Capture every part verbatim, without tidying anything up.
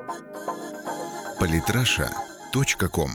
политраша точка ком.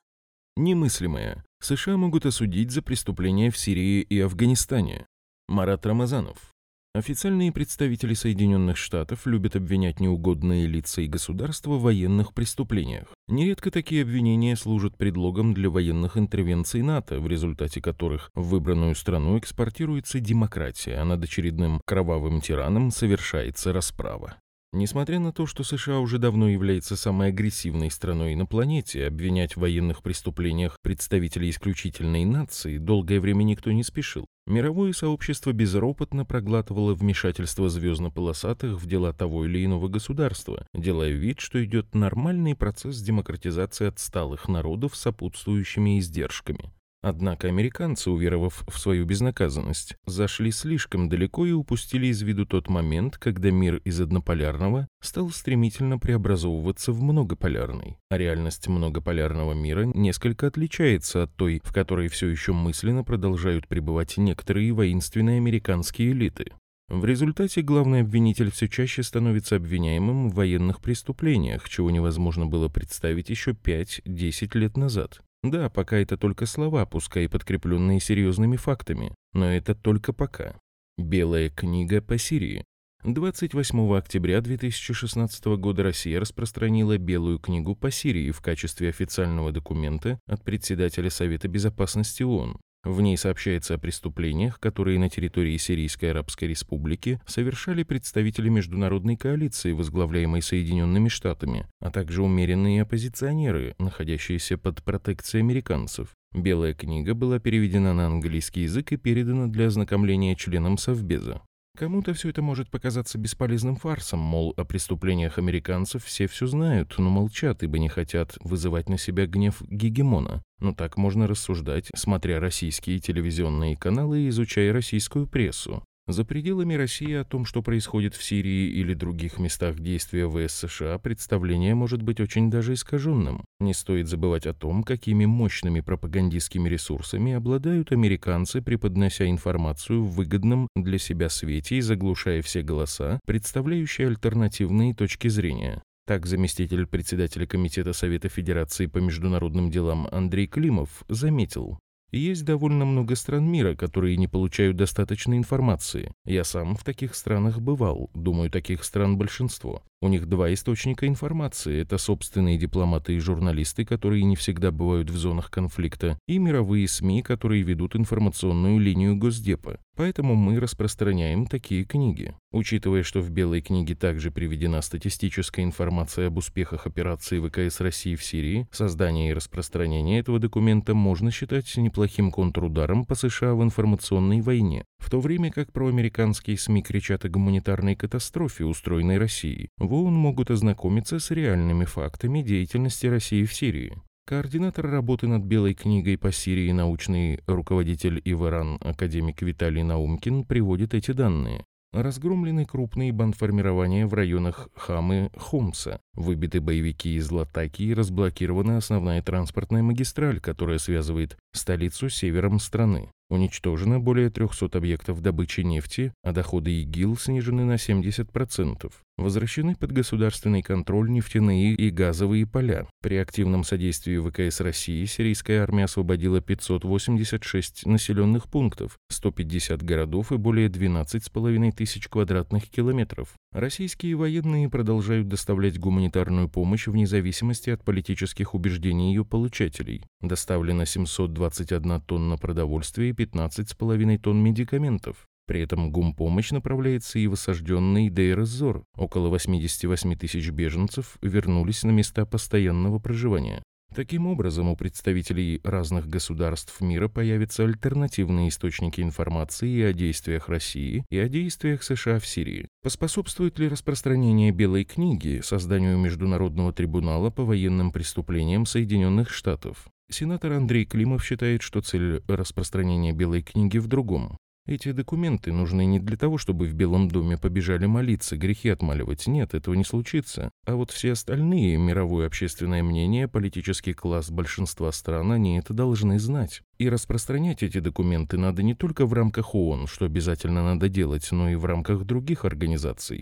Немыслимое. США могут осудить за преступления в Сирии и Афганистане. Марат Рамазанов. Официальные представители Соединенных Штатов любят обвинять неугодные лица и государства в военных преступлениях. Нередко такие обвинения служат предлогом для военных интервенций НАТО, в результате которых в выбранную страну экспортируется демократия, а над очередным кровавым тираном совершается расправа. Несмотря на то, что США уже давно является самой агрессивной страной на планете, обвинять в военных преступлениях представителей исключительной нации долгое время никто не спешил. Мировое сообщество безропотно проглатывало вмешательство звездно-полосатых в дела того или иного государства, делая вид, что идет нормальный процесс демократизации отсталых народов с сопутствующими издержками. Однако американцы, уверовав в свою безнаказанность, зашли слишком далеко и упустили из виду тот момент, когда мир из однополярного стал стремительно преобразовываться в многополярный. А реальность многополярного мира несколько отличается от той, в которой все еще мысленно продолжают пребывать некоторые воинственные американские элиты. В результате главный обвинитель все чаще становится обвиняемым в военных преступлениях, чего невозможно было представить еще пять-десять лет назад. Да, пока это только слова, пускай и подкрепленные серьезными фактами, но это только пока. Белая книга по Сирии. двадцать восьмого октября две тысячи шестнадцатого года Россия распространила Белую книгу по Сирии в качестве официального документа от председателя Совета Безопасности ООН. В ней сообщается о преступлениях, которые на территории Сирийской Арабской Республики совершали представители международной коалиции, возглавляемой Соединенными Штатами, а также умеренные оппозиционеры, находящиеся под протекцией американцев. Белая книга была переведена на английский язык и передана для ознакомления членам Совбеза. Кому-то все это может показаться бесполезным фарсом, мол, о преступлениях американцев все все знают, но молчат, ибо не хотят вызывать на себя гнев гегемона. Но так можно рассуждать, смотря российские телевизионные каналы и изучая российскую прессу. За пределами России о том, что происходит в Сирии или других местах действия ВС США, представление может быть очень даже искаженным. Не стоит забывать о том, какими мощными пропагандистскими ресурсами обладают американцы, преподнося информацию в выгодном для себя свете и заглушая все голоса, представляющие альтернативные точки зрения. Так, заместитель председателя Комитета Совета Федерации по международным делам Андрей Климов заметил: есть довольно много стран мира, которые не получают достаточной информации. Я сам в таких странах бывал, думаю, таких стран большинство. У них два источника информации – это собственные дипломаты и журналисты, которые не всегда бывают в зонах конфликта, и мировые СМИ, которые ведут информационную линию Госдепа. Поэтому мы распространяем такие книги. Учитывая, что в Белой книге также приведена статистическая информация об успехах операции ВКС России в Сирии, создание и распространение этого документа можно считать неплохим контрударом по США в информационной войне, в то время как проамериканские СМИ кричат о гуманитарной катастрофе, устроенной Россией. В ООН могут ознакомиться с реальными фактами деятельности России в Сирии. Координатор работы над Белой книгой по Сирии, научный руководитель ИВРАН, академик Виталий Наумкин, приводит эти данные. Разгромлены крупные бандформирования в районах Хамы, Хомса, выбиты боевики из Латакии, разблокирована основная транспортная магистраль, которая связывает столицу с севером страны. Уничтожено более трехсот объектов добычи нефти, а доходы ИГИЛ снижены на семьдесят процентов. Возвращены под государственный контроль нефтяные и газовые поля. При активном содействии ВКС России сирийская армия освободила пятьсот восемьдесят шесть населенных пунктов, сто пятьдесят городов и более двенадцать с половиной тысяч квадратных километров. Российские военные продолжают доставлять гуманитарную помощь вне зависимости от политических убеждений ее получателей. Доставлено семьсот двадцать одна тонна продовольствия и пятнадцать с половиной тонн медикаментов. При этом гумпомощь направляется и в осажденный Дейр-эз-Зор. Около восемьдесят восемь тысяч беженцев вернулись на места постоянного проживания. Таким образом, у представителей разных государств мира появятся альтернативные источники информации и о действиях России, и о действиях США в Сирии. Поспособствует ли распространение Белой книги созданию Международного трибунала по военным преступлениям Соединенных Штатов? Сенатор Андрей Климов считает, что цель распространения Белой книги в другом. Эти документы нужны не для того, чтобы в Белом доме побежали молиться, грехи отмаливать. Нет, этого не случится. А вот все остальные, мировое общественное мнение, политический класс большинства стран, они это должны знать. И распространять эти документы надо не только в рамках ООН, что обязательно надо делать, но и в рамках других организаций.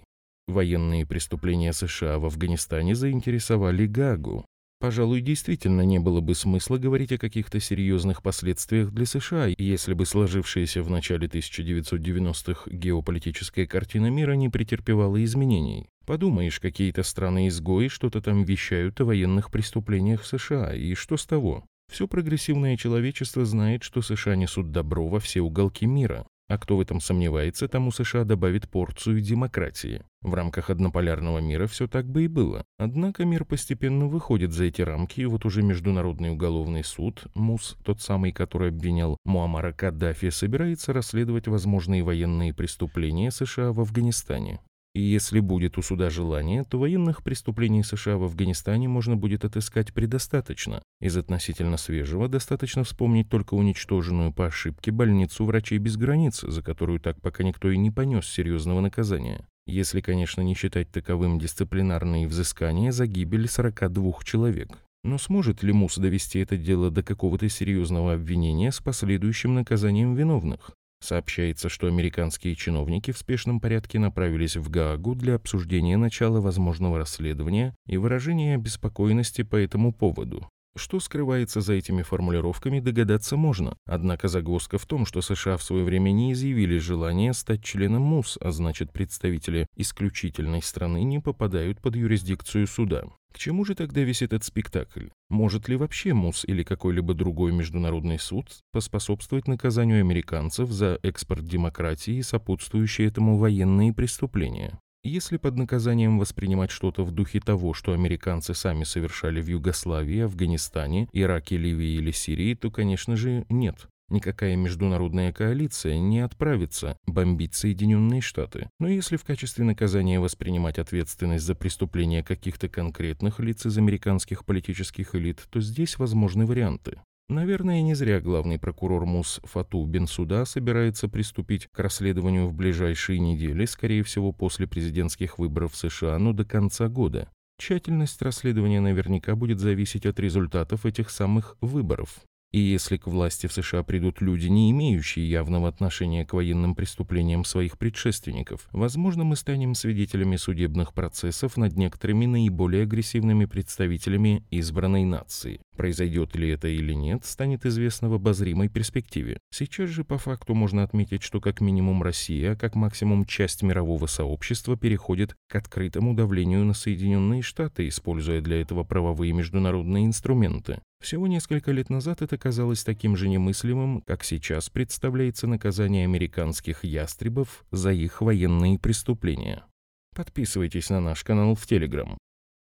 военные преступления США в Афганистане заинтересовали Гаагу. Пожалуй, действительно не было бы смысла говорить о каких-то серьезных последствиях для США, если бы сложившаяся в начале тысяча девятьсот девяностых геополитическая картина мира не претерпевала изменений. Подумаешь, какие-то страны-изгои что-то там вещают о военных преступлениях США, и что с того? Все прогрессивное человечество знает, что США несут добро во все уголки мира. А кто в этом сомневается, тому США добавит порцию демократии. В рамках однополярного мира все так бы и было. Однако мир постепенно выходит за эти рамки, и вот уже Международный уголовный суд, МУС, тот самый, который обвинял Муаммара Каддафи, собирается расследовать возможные военные преступления США в Афганистане. И если будет у суда желание, то военных преступлений США в Афганистане можно будет отыскать предостаточно. Из относительно свежего достаточно вспомнить только уничтоженную по ошибке больницу «Врачей без границ», за которую так пока никто и не понес серьезного наказания. Если, конечно, не считать таковым дисциплинарные взыскания за гибель сорока двух человек. Но сможет ли МУС довести это дело до какого-то серьезного обвинения с последующим наказанием виновных? Сообщается, что американские чиновники в спешном порядке направились в Гаагу для обсуждения начала возможного расследования и выражения обеспокоенности по этому поводу. Что скрывается за этими формулировками, догадаться можно. Однако загвоздка в том, что США в свое время не изъявили желания стать членом МУС, а значит, представители исключительной страны не попадают под юрисдикцию суда. К чему же тогда весь этот спектакль? Может ли вообще МУС или какой-либо другой международный суд поспособствовать наказанию американцев за экспорт демократии и сопутствующие этому военные преступления? Если под наказанием воспринимать что-то в духе того, что американцы сами совершали в Югославии, Афганистане, Ираке, Ливии или Сирии, то, конечно же, нет. Никакая международная коалиция не отправится бомбить Соединенные Штаты. Но если в качестве наказания воспринимать ответственность за преступления каких-то конкретных лиц из американских политических элит, то здесь возможны варианты. Наверное, не зря главный прокурор МУС Фату Бенсуда собирается приступить к расследованию в ближайшие недели, скорее всего, после президентских выборов в США, но до конца года. Тщательность расследования наверняка будет зависеть от результатов этих самых выборов. И если к власти в США придут люди, не имеющие явного отношения к военным преступлениям своих предшественников, возможно, мы станем свидетелями судебных процессов над некоторыми наиболее агрессивными представителями избранной нации. Произойдет ли это или нет, станет известно в обозримой перспективе. Сейчас же по факту можно отметить, что как минимум Россия, а как максимум часть мирового сообщества переходит к открытому давлению на Соединенные Штаты, используя для этого правовые международные инструменты. Всего несколько лет назад это казалось таким же немыслимым, как сейчас представляется наказание американских ястребов за их военные преступления. Подписывайтесь на наш канал в Telegram.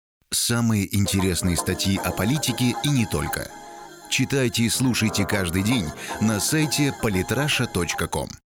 Самые интересные статьи о политике и не только. Читайте и слушайте каждый день на сайте политраша точка ком.